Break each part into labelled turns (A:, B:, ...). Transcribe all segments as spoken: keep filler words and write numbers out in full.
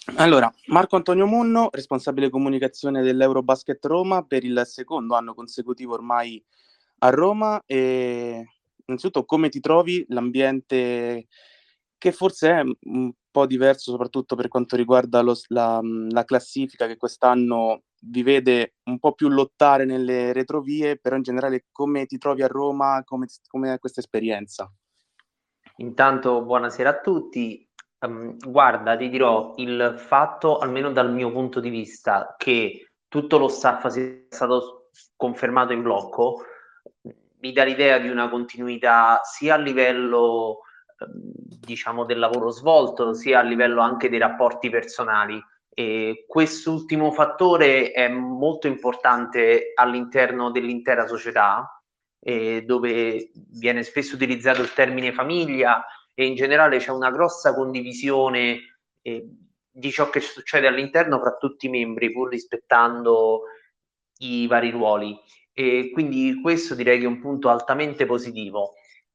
A: Allora, Marco Antonio Munno, responsabile comunicazione dell'Eurobasket Roma per il secondo anno consecutivo ormai a Roma. E innanzitutto come ti trovi? L'ambiente che forse è un po' diverso, soprattutto per quanto riguarda lo- la, la classifica, che quest'anno vi vede un po' più lottare nelle retrovie, però in generale come ti trovi a Roma, come, come è questa esperienza?
B: Intanto, buonasera a tutti. Ehm, guarda, ti dirò il fatto, almeno dal mio punto di vista, che tutto lo staff sia stato s- confermato in blocco, mi dà l'idea di una continuità sia a livello, ehm, diciamo, del lavoro svolto, sia a livello anche dei rapporti personali. E quest'ultimo fattore è molto importante all'interno dell'intera società, eh, dove viene spesso utilizzato il termine famiglia e in generale c'è una grossa condivisione eh, di ciò che succede all'interno fra tutti i membri, pur rispettando i vari ruoli. E quindi questo direi che è un punto altamente positivo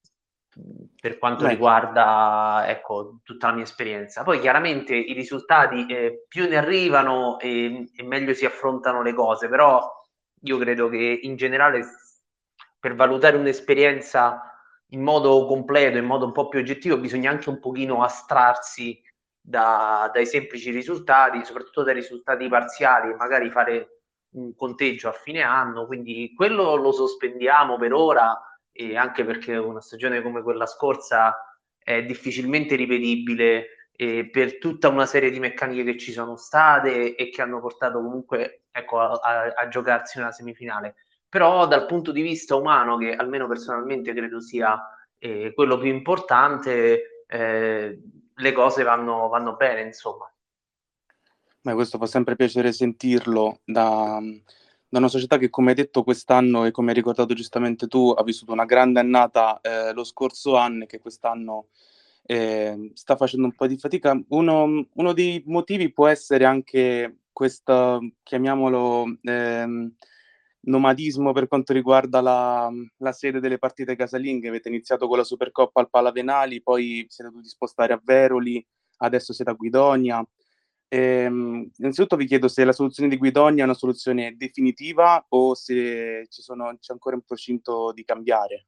B: per quanto
A: Beh,
B: riguarda, ecco, tutta la mia esperienza. Poi chiaramente i risultati eh, più ne arrivano e, e meglio si affrontano le cose, però io credo che in generale per valutare un'esperienza in modo completo, in modo un po' più oggettivo, bisogna anche un pochino astrarsi da, dai semplici risultati, soprattutto dai risultati parziali, magari fare un conteggio a fine anno, quindi quello lo sospendiamo per ora, e anche perché una stagione come quella scorsa è difficilmente ripetibile eh, per tutta una serie di meccaniche che ci sono state e che hanno portato comunque, ecco, a, a, a giocarsi una semifinale. Però dal punto di vista umano, che almeno personalmente credo sia eh, quello più importante, eh, le cose vanno, vanno bene, insomma.
A: Beh, questo fa sempre piacere sentirlo da, da una società che, come hai detto, quest'anno e come hai ricordato giustamente tu, ha vissuto una grande annata eh, lo scorso anno e che quest'anno eh, sta facendo un po' di fatica. Uno, uno dei motivi può essere anche questo, chiamiamolo, ehm, nomadismo per quanto riguarda la, la sede delle partite casalinghe. Avete iniziato con la Supercoppa al Palavenali, poi siete dovuti spostare a Veroli, adesso siete a Guidonia. Ehm, innanzitutto vi chiedo se la soluzione di Guidonia è una soluzione definitiva o se ci sono, c'è ancora un procinto di cambiare.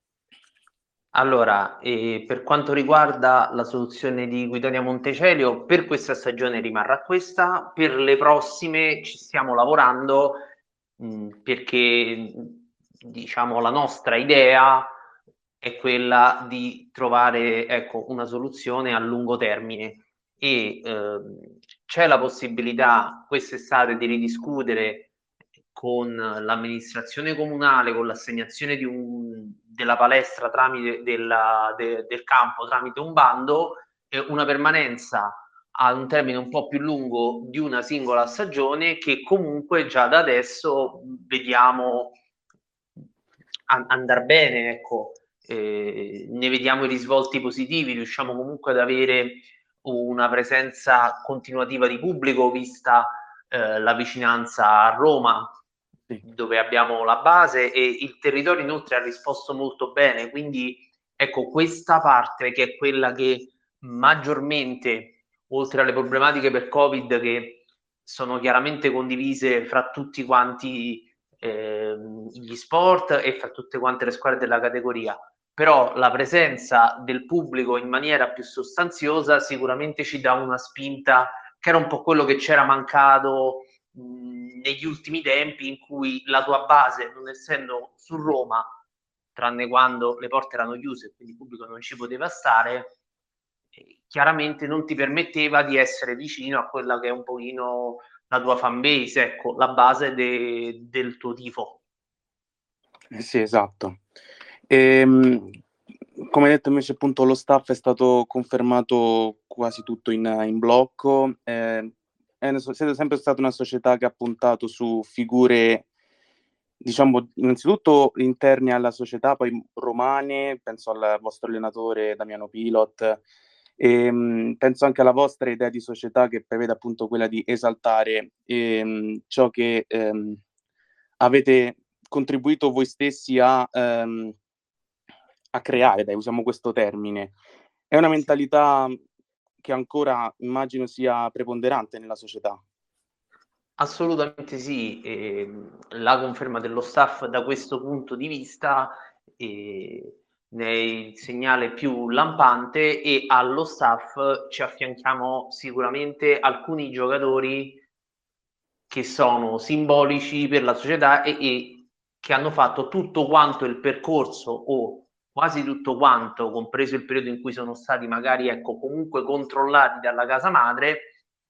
B: Allora, eh, per quanto riguarda la soluzione di Guidonia Montecelio, per questa stagione rimarrà questa, per le prossime ci stiamo lavorando mh, perché diciamo la nostra idea è quella di trovare ecco, una soluzione a lungo termine e ehm, c'è la possibilità quest'estate di ridiscutere con l'amministrazione comunale, con l'assegnazione di un, della palestra tramite della, de, del campo tramite un bando, eh, una permanenza a un termine un po' più lungo di una singola stagione che comunque già da adesso vediamo andare bene, ecco, eh, ne vediamo i risvolti positivi, riusciamo comunque ad avere una presenza continuativa di pubblico vista eh, la vicinanza a Roma
A: Sì.
B: dove abbiamo la base e il territorio inoltre ha risposto molto bene, quindi ecco questa parte che è quella che maggiormente, oltre alle problematiche per Covid che sono chiaramente condivise fra tutti quanti eh, gli sport e fra tutte quante le squadre della categoria, però la presenza del pubblico in maniera più sostanziosa sicuramente ci dà una spinta che era un po' quello che c'era mancato mh, negli ultimi tempi in cui la tua base, non essendo su Roma, tranne quando le porte erano chiuse e quindi il pubblico non ci poteva stare, eh, chiaramente non ti permetteva di essere vicino a quella che è un pochino la tua fan base, ecco, la base de- del tuo tifo.
A: Eh sì, esatto. Ehm, Come detto invece appunto lo staff è stato confermato quasi tutto in, in blocco. Eh, è una- siete sempre stata una società che ha puntato su figure, diciamo, innanzitutto interne alla società, poi romane, penso al vostro allenatore Damiano Pilot, e mh, penso anche alla vostra idea di società che prevede appunto quella di esaltare ehm, ciò che ehm, avete contribuito voi stessi a, ehm, a creare, dai, usiamo questo termine. È una
B: Sì.
A: mentalità che ancora immagino sia preponderante nella società.
B: Assolutamente sì, ehm, la conferma dello staff da questo punto di vista, ehm, ne è il segnale più lampante, e allo staff ci affianchiamo sicuramente alcuni giocatori che sono simbolici per la società e e che hanno fatto tutto quanto il percorso, o quasi tutto quanto, compreso il periodo in cui sono stati magari, ecco, comunque controllati dalla casa madre,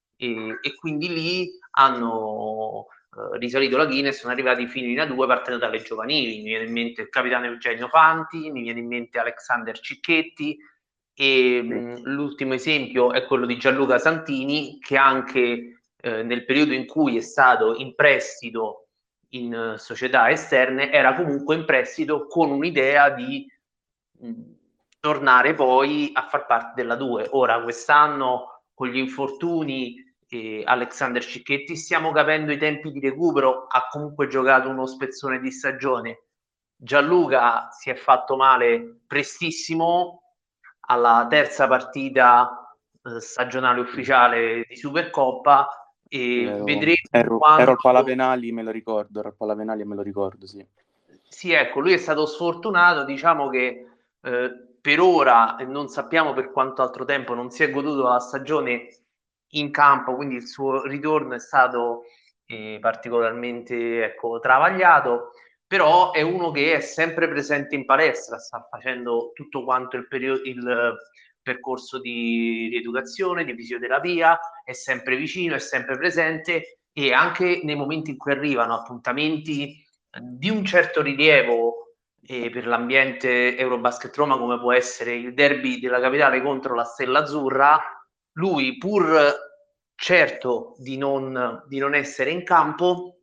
B: e e quindi lì hanno, uhm, risalito la china e sono arrivati fino in A due partendo dalle giovanili. Mi viene in mente il capitano Eugenio Fanti, mi viene in mente Alexander Cicchetti, e
A: Sì.
B: mh, l'ultimo esempio è quello di Gianluca Santini, che anche eh, nel periodo in cui è stato in prestito in uh, società esterne era comunque in prestito con un'idea di mh, tornare poi a far parte della due. Ora quest'anno con gli infortuni, eh, Alexander Cicchetti, stiamo capendo i tempi di recupero, ha comunque giocato uno spezzone di stagione. Gianluca si è fatto male prestissimo alla terza partita eh, stagionale ufficiale di Supercoppa, e
A: Ero,
B: vedremo
A: ero, ero al
B: quando...
A: Palavenali, me lo ricordo, ero al Palavenali e me lo ricordo, sì.
B: Sì, ecco, lui è stato sfortunato, diciamo che eh, per ora, e non sappiamo per quanto altro tempo, non si è goduto la stagione in campo, quindi il suo ritorno è stato eh, particolarmente, ecco, travagliato, però è uno che è sempre presente in palestra, sta facendo tutto quanto il, periodo, il percorso di rieducazione, di fisioterapia, è sempre vicino, è sempre presente, e anche nei momenti in cui arrivano appuntamenti di un certo rilievo eh, per l'ambiente Eurobasket Roma, come può essere il derby della capitale contro la Stella Azzurra, lui, pur certo di non, di non essere in campo,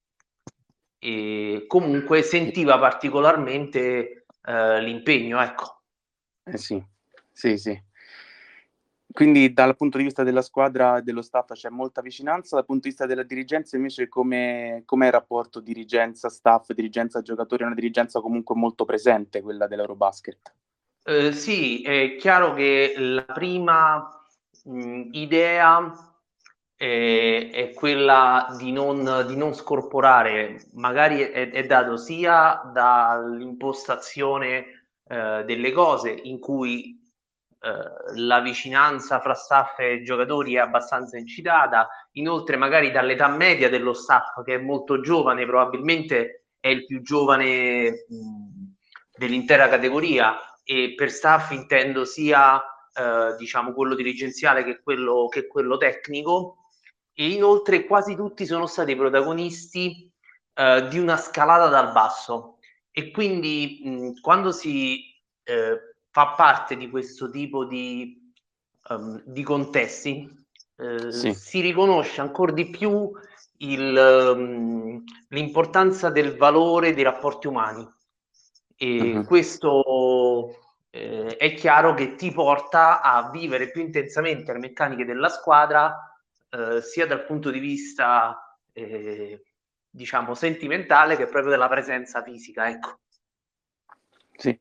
B: e comunque sentiva particolarmente eh, l'impegno, ecco.
A: Eh sì, sì, sì. Quindi dal punto di vista della squadra e dello staff c'è molta vicinanza, dal punto di vista della dirigenza invece come com'è il rapporto dirigenza-staff, dirigenza-giocatori? È una dirigenza comunque molto presente quella dell'Eurobasket.
B: Eh, sì, è chiaro che la prima mh, idea è, è quella di non, di non scorporare, magari è, è dato sia dall'impostazione eh, delle cose, in cui eh, la vicinanza fra staff e giocatori è abbastanza incitata, inoltre magari dall'età media dello staff, che è molto giovane, probabilmente è il più giovane mh, dell'intera categoria, e per staff intendo sia eh, diciamo quello dirigenziale che quello, che quello tecnico, e inoltre quasi tutti sono stati protagonisti eh, di una scalata dal basso, e quindi mh, quando si eh, fa parte di questo tipo di, um, di contesti eh,
A: Sì.
B: si riconosce ancora di più il, um, l'importanza del valore dei rapporti umani, e
A: Uh-huh.
B: questo eh, è chiaro che ti porta a vivere più intensamente le meccaniche della squadra, eh, sia dal punto di vista eh, diciamo sentimentale che proprio della presenza fisica, ecco.
A: Sì.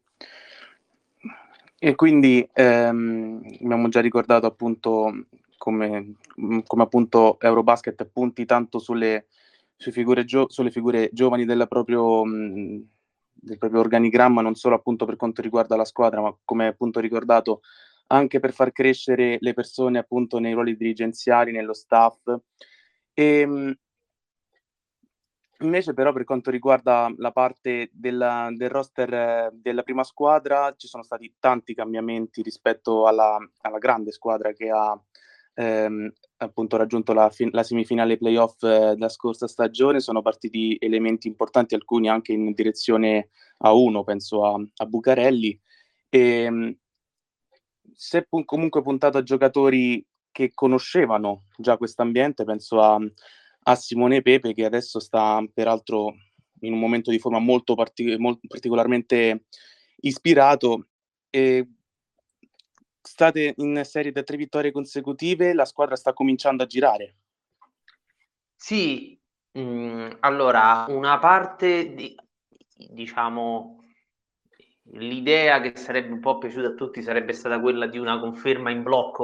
A: E quindi ehm, abbiamo già ricordato appunto come, come appunto Eurobasket punti tanto sulle, sui figure gio- sulle figure giovani del proprio, mh, del proprio organigramma, non solo appunto per quanto riguarda la squadra, ma come appunto ricordato anche per far crescere le persone appunto nei ruoli dirigenziali, nello staff. E, mh, Invece però per quanto riguarda la parte della del roster eh, della prima squadra, ci sono stati tanti cambiamenti rispetto alla alla grande squadra che ha, ehm, appunto raggiunto la fi la semifinale playoff eh, della scorsa stagione. Sono partiti elementi importanti, alcuni anche in direzione A uno, penso a a Bucarelli. Ehm, Se pu comunque puntato a giocatori che conoscevano già quest'ambiente, penso a a Simone Pepe, che adesso sta peraltro in un momento di forma molto parti mol particolarmente ispirato. Ehm, State in serie da tre vittorie consecutive, la squadra sta cominciando a girare.
B: Sì, mhmm, allora una parte di diciamo l'idea che sarebbe un po' piaciuta a tutti sarebbe stata quella di una conferma in blocco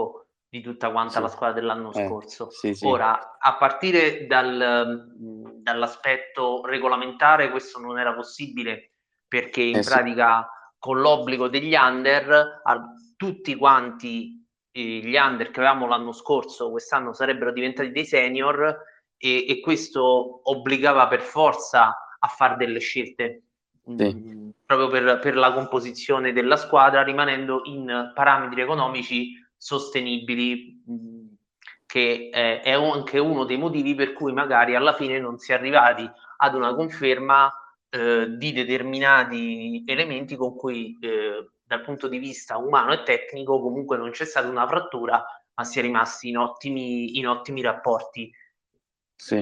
B: di tutta quanta
A: Sì.
B: la squadra dell'anno
A: Eh,
B: scorso.
A: sì, sì.
B: Ora, a partire dal, mh, dall'aspetto regolamentare, questo non era possibile perché in
A: Eh sì.
B: pratica con l'obbligo degli under, a tutti quanti eh, gli under che avevamo l'anno scorso, quest'anno sarebbero diventati dei senior e, e questo obbligava per forza a fare delle scelte
A: Sì.
B: mh, proprio per, per la composizione della squadra, rimanendo in parametri economici sostenibili, mh, che eh, è anche uno dei motivi per cui magari alla fine non si è arrivati ad una conferma eh, di determinati elementi con cui eh, dal punto di vista umano e tecnico comunque non c'è stata una frattura, ma si è rimasti in ottimi, in ottimi rapporti.
A: Sì.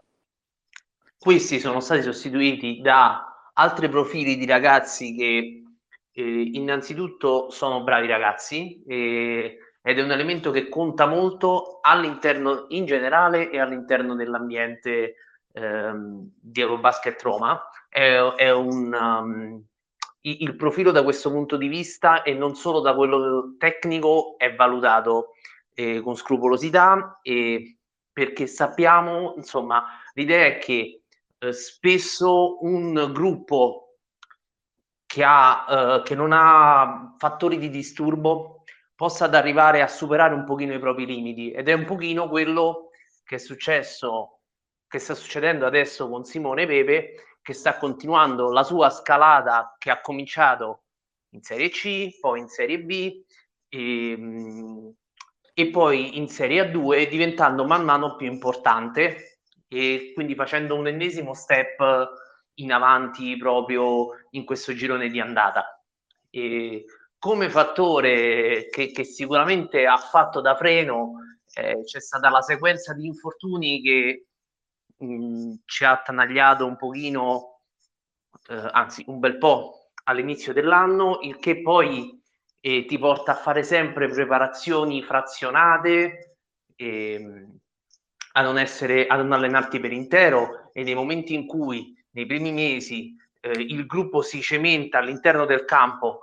B: Questi sono stati sostituiti da altri profili di ragazzi che eh, innanzitutto sono bravi ragazzi eh, ed è un elemento che conta molto all'interno in generale e all'interno dell'ambiente ehm, di Eurobasket Roma. È, è un, um, il profilo da questo punto di vista e non solo da quello tecnico è valutato eh, con scrupolosità e perché sappiamo, insomma, l'idea è che eh, spesso un gruppo che, ha, eh, che non ha fattori di disturbo possa ad arrivare a superare un pochino i propri limiti ed è un pochino quello che è successo, che sta succedendo adesso con Simone Pepe, che sta continuando la sua scalata che ha cominciato in Serie C, poi in Serie B e, e poi in Serie A due, diventando man mano più importante e quindi facendo un ennesimo step in avanti proprio in questo girone di andata. E come fattore che, che sicuramente ha fatto da freno eh, c'è stata la sequenza di infortuni che mh, ci ha attanagliato un pochino, eh, anzi un bel po' all'inizio dell'anno, il che poi eh, ti porta a fare sempre preparazioni frazionate, e, a non essere, a non allenarti per intero e nei momenti in cui nei primi mesi eh, il gruppo si cementa all'interno del campo,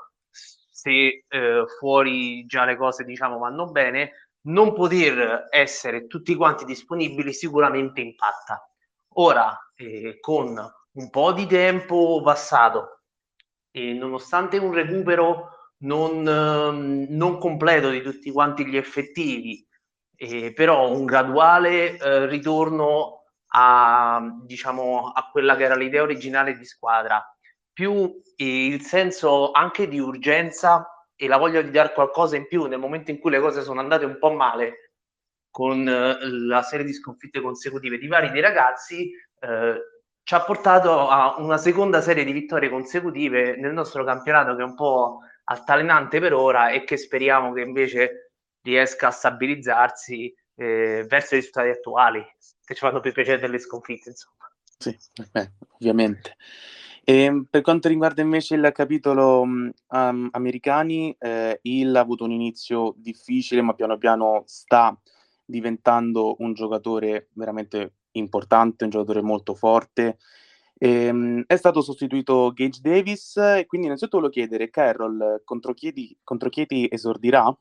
B: se eh, fuori già le cose diciamo vanno bene, non poter essere tutti quanti disponibili sicuramente impatta. Ora, eh, con un po' di tempo passato e nonostante un recupero non, ehm, non completo di tutti quanti gli effettivi, eh, però un graduale eh, ritorno a, diciamo, a quella che era l'idea originale di squadra, più eh, il senso anche di urgenza e la voglia di dare qualcosa in più nel momento in cui le cose sono andate un po' male con eh, la serie di sconfitte consecutive di vari dei ragazzi, eh, ci ha portato a una seconda serie di vittorie consecutive nel nostro campionato che è un po' altalenante per ora e che speriamo che invece riesca a stabilizzarsi eh, verso i risultati attuali, che ci fanno più piacere delle sconfitte, insomma.
A: Sì, beh, ovviamente. E per quanto riguarda invece il capitolo um, americani, eh, Hill ha avuto un inizio difficile, ma piano piano sta diventando un giocatore veramente importante, un giocatore molto forte. E, um, è stato sostituito Gage Davis, e quindi innanzitutto volevo chiedere, Carroll contro Chieti, contro Chieti esordirà?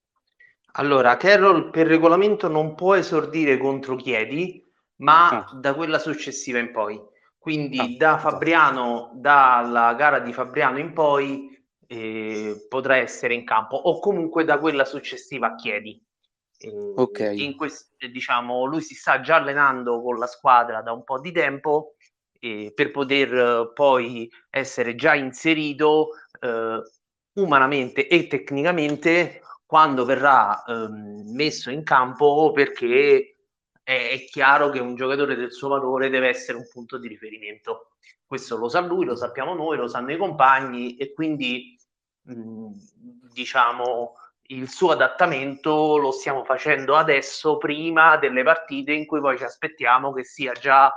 B: Allora, Carroll per regolamento non può esordire contro Chiedi, ma
A: Ah,
B: da quella successiva in poi.
A: ah,
B: Quindi da Fabriano, dalla gara di Fabriano in poi eh, potrà essere in campo o comunque da quella successiva a Chiedi.
A: ok,
B: Eh, in quest- diciamo, lui si sta già allenando con la squadra da un po' di tempo eh, per poter eh, poi essere già inserito eh, umanamente e tecnicamente quando verrà ehm, messo in campo perché è, è chiaro che un giocatore del suo valore deve essere un punto di riferimento. Questo lo sa lui, lo sappiamo noi, lo sanno i compagni e quindi mh, diciamo il suo adattamento lo stiamo facendo adesso prima delle partite in cui poi ci aspettiamo che sia già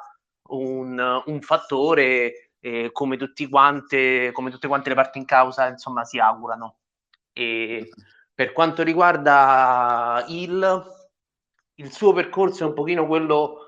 B: un, un fattore eh, come, tutti quante, come tutte quante le parti in causa insomma si augurano. E per quanto riguarda il, il suo percorso è un pochino quello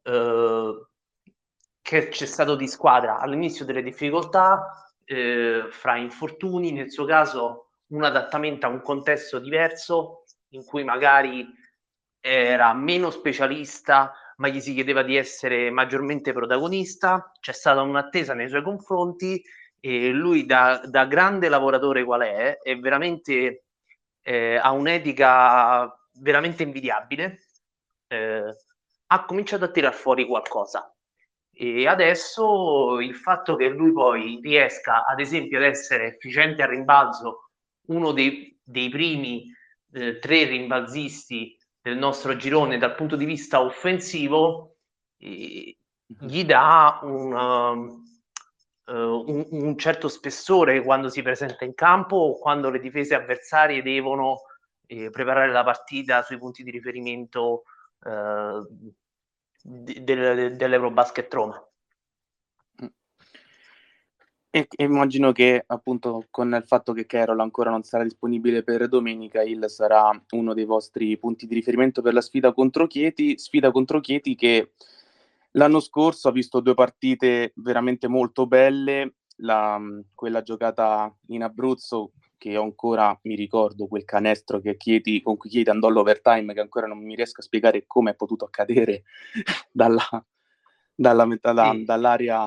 B: eh, che c'è stato di squadra all'inizio delle difficoltà, eh, fra infortuni, nel suo caso un adattamento a un contesto diverso in cui magari era meno specialista, ma gli si chiedeva di essere maggiormente protagonista. C'è stata un'attesa nei suoi confronti e lui da, da grande lavoratore qual è, è veramente eh, ha un'etica veramente invidiabile, eh, ha cominciato a tirar fuori qualcosa. E adesso il fatto che lui poi riesca, ad esempio, ad essere efficiente al rimbalzo, uno dei, dei primi eh, tre rimbalzisti del nostro girone dal punto di vista offensivo, eh, gli dà un, um, uh, un, un certo spessore quando si presenta in campo o quando le difese avversarie devono eh, preparare la partita sui punti di riferimento uh, del, dell'Eurobasket Roma.
A: E immagino che appunto con il fatto che Carol ancora non sarà disponibile per domenica, Hill sarà uno dei vostri punti di riferimento per la sfida contro Chieti, sfida contro Chieti che l'anno scorso ha visto due partite veramente molto belle, la, quella giocata in Abruzzo, che io ancora mi ricordo quel canestro che Chieti, con cui Chieti andò all'overtime, che ancora non mi riesco a spiegare come è potuto accadere dalla, dalla metà, da,
B: Sì.
A: dall'area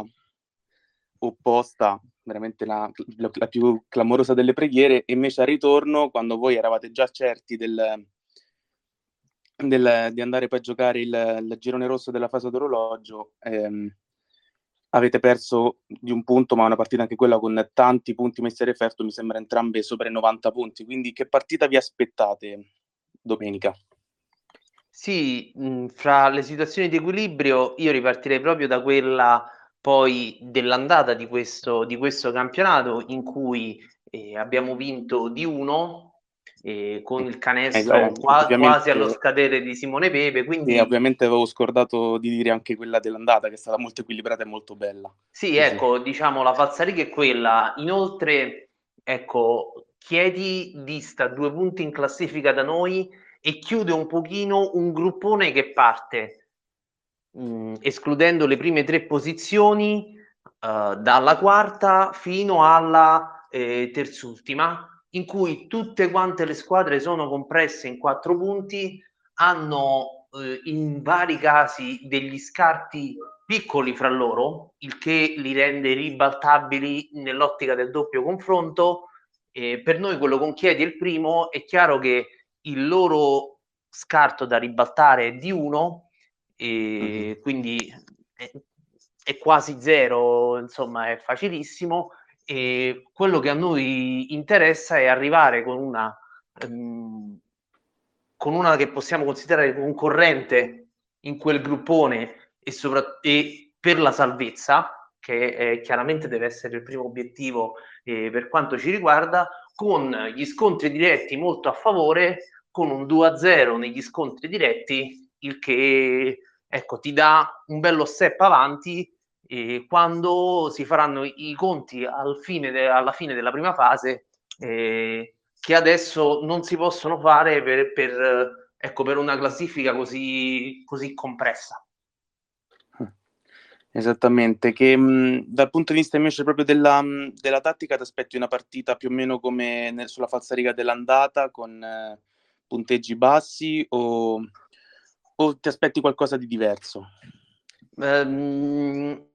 A: opposta, veramente la, la, la più clamorosa delle preghiere. E invece al ritorno, quando voi eravate già certi del, del, di andare poi a giocare il, il girone rosso della fase d'orologio, ehm, avete perso di un punto, ma una partita anche quella con tanti punti messi a referto, mi sembra entrambe sopra i novanta punti. Quindi che partita vi aspettate domenica?
B: Sì, mh, fra le situazioni di equilibrio io ripartirei proprio da quella poi dell'andata di questo, di questo campionato, in cui eh, abbiamo vinto di uno eh, con il
A: Eh,
B: canestro
A: eh,
B: qua- quasi allo
A: ovviamente,
B: scadere di Simone Pepe,
A: e
B: quindi
A: ovviamente avevo scordato di dire anche quella dell'andata, che è stata molto equilibrata e molto bella.
B: sì,
A: Sì, sì.
B: ecco, diciamo la falsariga è quella. Inoltre, ecco, Chieti dista due punti in classifica da noi e chiude un pochino un gruppone che parte, mh, escludendo le prime tre posizioni, eh, dalla quarta fino alla eh, terzultima, in cui tutte quante le squadre sono compresse in quattro punti, hanno eh, in vari casi degli scarti piccoli fra loro, il che li rende ribaltabili nell'ottica del doppio confronto. Eh, per noi quello con Chiedi è il primo, è chiaro che il loro scarto da ribaltare è di uno,
A: Mm-hmm.
B: e quindi è, è quasi zero, insomma è facilissimo, e quello che a noi interessa è arrivare con una um, con una che possiamo considerare concorrente in quel gruppone e, sopra- e per la salvezza, che eh, chiaramente deve essere il primo obiettivo eh, per quanto ci riguarda, con gli scontri diretti molto a favore, con un due a zero negli scontri diretti, il che ecco, ti dà un bello step avanti eh, quando si faranno i conti al fine de- alla fine della prima fase, eh, che adesso non si possono fare per, per, ecco, per una classifica così, così compressa.
A: Esattamente, che mh, dal punto di vista invece proprio della, mh, della tattica ti aspetti una partita più o meno come nel- sulla falsariga dell'andata, con eh, punteggi bassi, o, o ti aspetti qualcosa di diverso?
B: Ehm,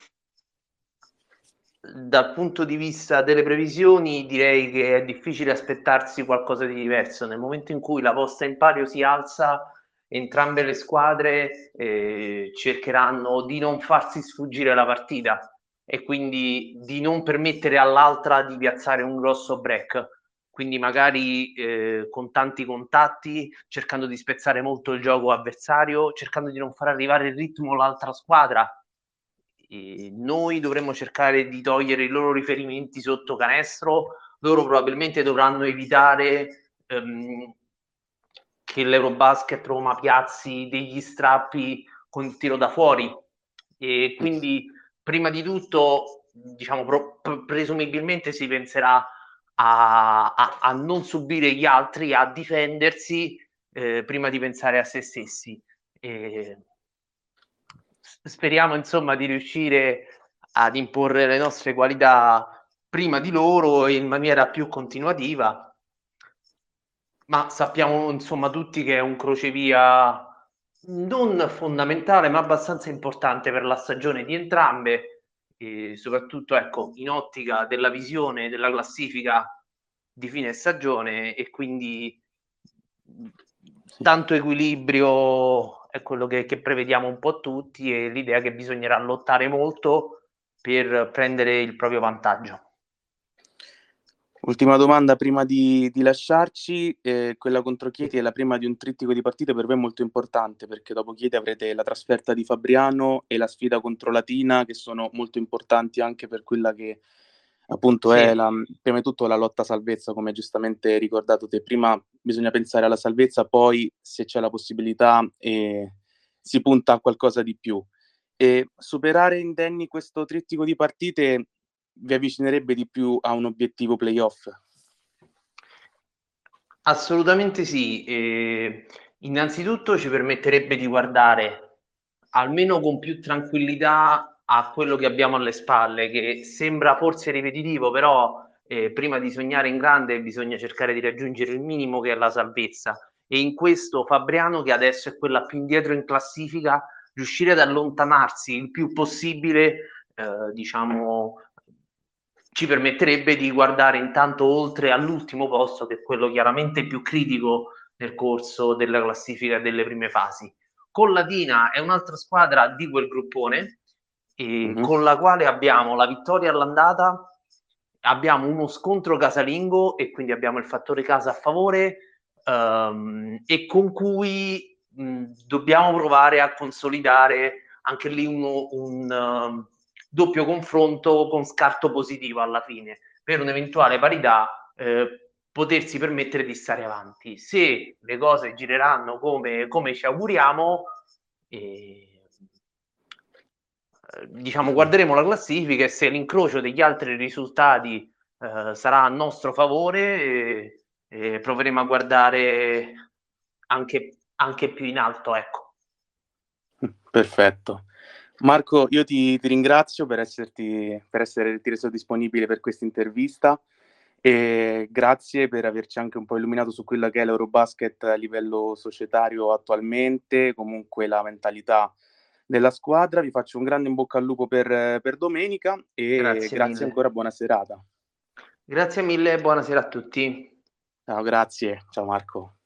B: Dal punto di vista delle previsioni, direi che è difficile aspettarsi qualcosa di diverso. Nel momento in cui la posta in palio si alza, entrambe le squadre eh, cercheranno di non farsi sfuggire la partita e quindi di non permettere all'altra di piazzare un grosso break. Quindi magari eh, con tanti contatti, cercando di spezzare molto il gioco avversario, cercando di non far arrivare il ritmo all'altra squadra. E noi dovremmo cercare di togliere i loro riferimenti sotto canestro, loro probabilmente dovranno evitare ehm, che l'Eurobasket Roma piazzi degli strappi con il tiro da fuori, e quindi prima di tutto diciamo pro- presumibilmente si penserà a, a, a non subire gli altri, a difendersi eh, prima di pensare a se stessi. E speriamo insomma di riuscire ad imporre le nostre qualità prima di loro e in maniera più continuativa. Ma sappiamo insomma tutti che è un crocevia non fondamentale, ma abbastanza importante per la stagione di entrambe, e soprattutto ecco, in ottica della visione della classifica di fine stagione, e quindi
A: Sì.
B: tanto equilibrio è quello che, che prevediamo un po' tutti, e l'idea che bisognerà lottare molto per prendere il proprio vantaggio.
A: Ultima domanda prima di, di lasciarci, eh, quella contro Chieti è la prima di un trittico di partite per me molto importante, perché dopo Chieti avrete la trasferta di Fabriano e la sfida contro Latina, che sono molto importanti anche per quella che appunto
B: Sì.
A: è la, prima di tutto la lotta a salvezza, come giustamente ricordato te. Prima bisogna pensare alla salvezza, poi se c'è la possibilità eh, si punta a qualcosa di più. E superare indenni questo trittico di partite vi avvicinerebbe di più a un obiettivo playoff?
B: Assolutamente sì. E innanzitutto ci permetterebbe di guardare almeno con più tranquillità a quello che abbiamo alle spalle, che sembra forse ripetitivo, però eh, prima di sognare in grande bisogna cercare di raggiungere il minimo, che è la salvezza. E in questo Fabriano, che adesso è quella più indietro in classifica, riuscire ad allontanarsi il più possibile, eh, diciamo, ci permetterebbe di guardare intanto oltre all'ultimo posto, che è quello chiaramente più critico nel corso della classifica delle prime fasi. Con Latina è un'altra squadra di quel gruppone, e
A: Mhm.
B: con la quale abbiamo la vittoria all'andata, abbiamo uno scontro casalingo e quindi abbiamo il fattore casa a favore, ehm, e con cui mh, dobbiamo provare a consolidare anche lì uno, un um, doppio confronto con scarto positivo alla fine, per un'eventuale parità, eh, potersi permettere di stare avanti. Se le cose gireranno come, come ci auguriamo, eh, diciamo, guarderemo la classifica, e se l'incrocio degli altri risultati eh, sarà a nostro favore, eh, eh, proveremo a guardare anche, anche più in alto, ecco.
A: Perfetto. Marco, io ti, ti ringrazio per esserti, per essere reso disponibile per questa intervista e grazie per averci anche un po' illuminato su quella che è l'Eurobasket a livello societario attualmente, comunque la mentalità della squadra. Vi faccio un grande in bocca al lupo per, per domenica e
B: Grazie
A: grazie
B: mille.
A: ancora, buona serata.
B: Grazie mille e buonasera a tutti.
A: Ciao, grazie. Ciao Marco.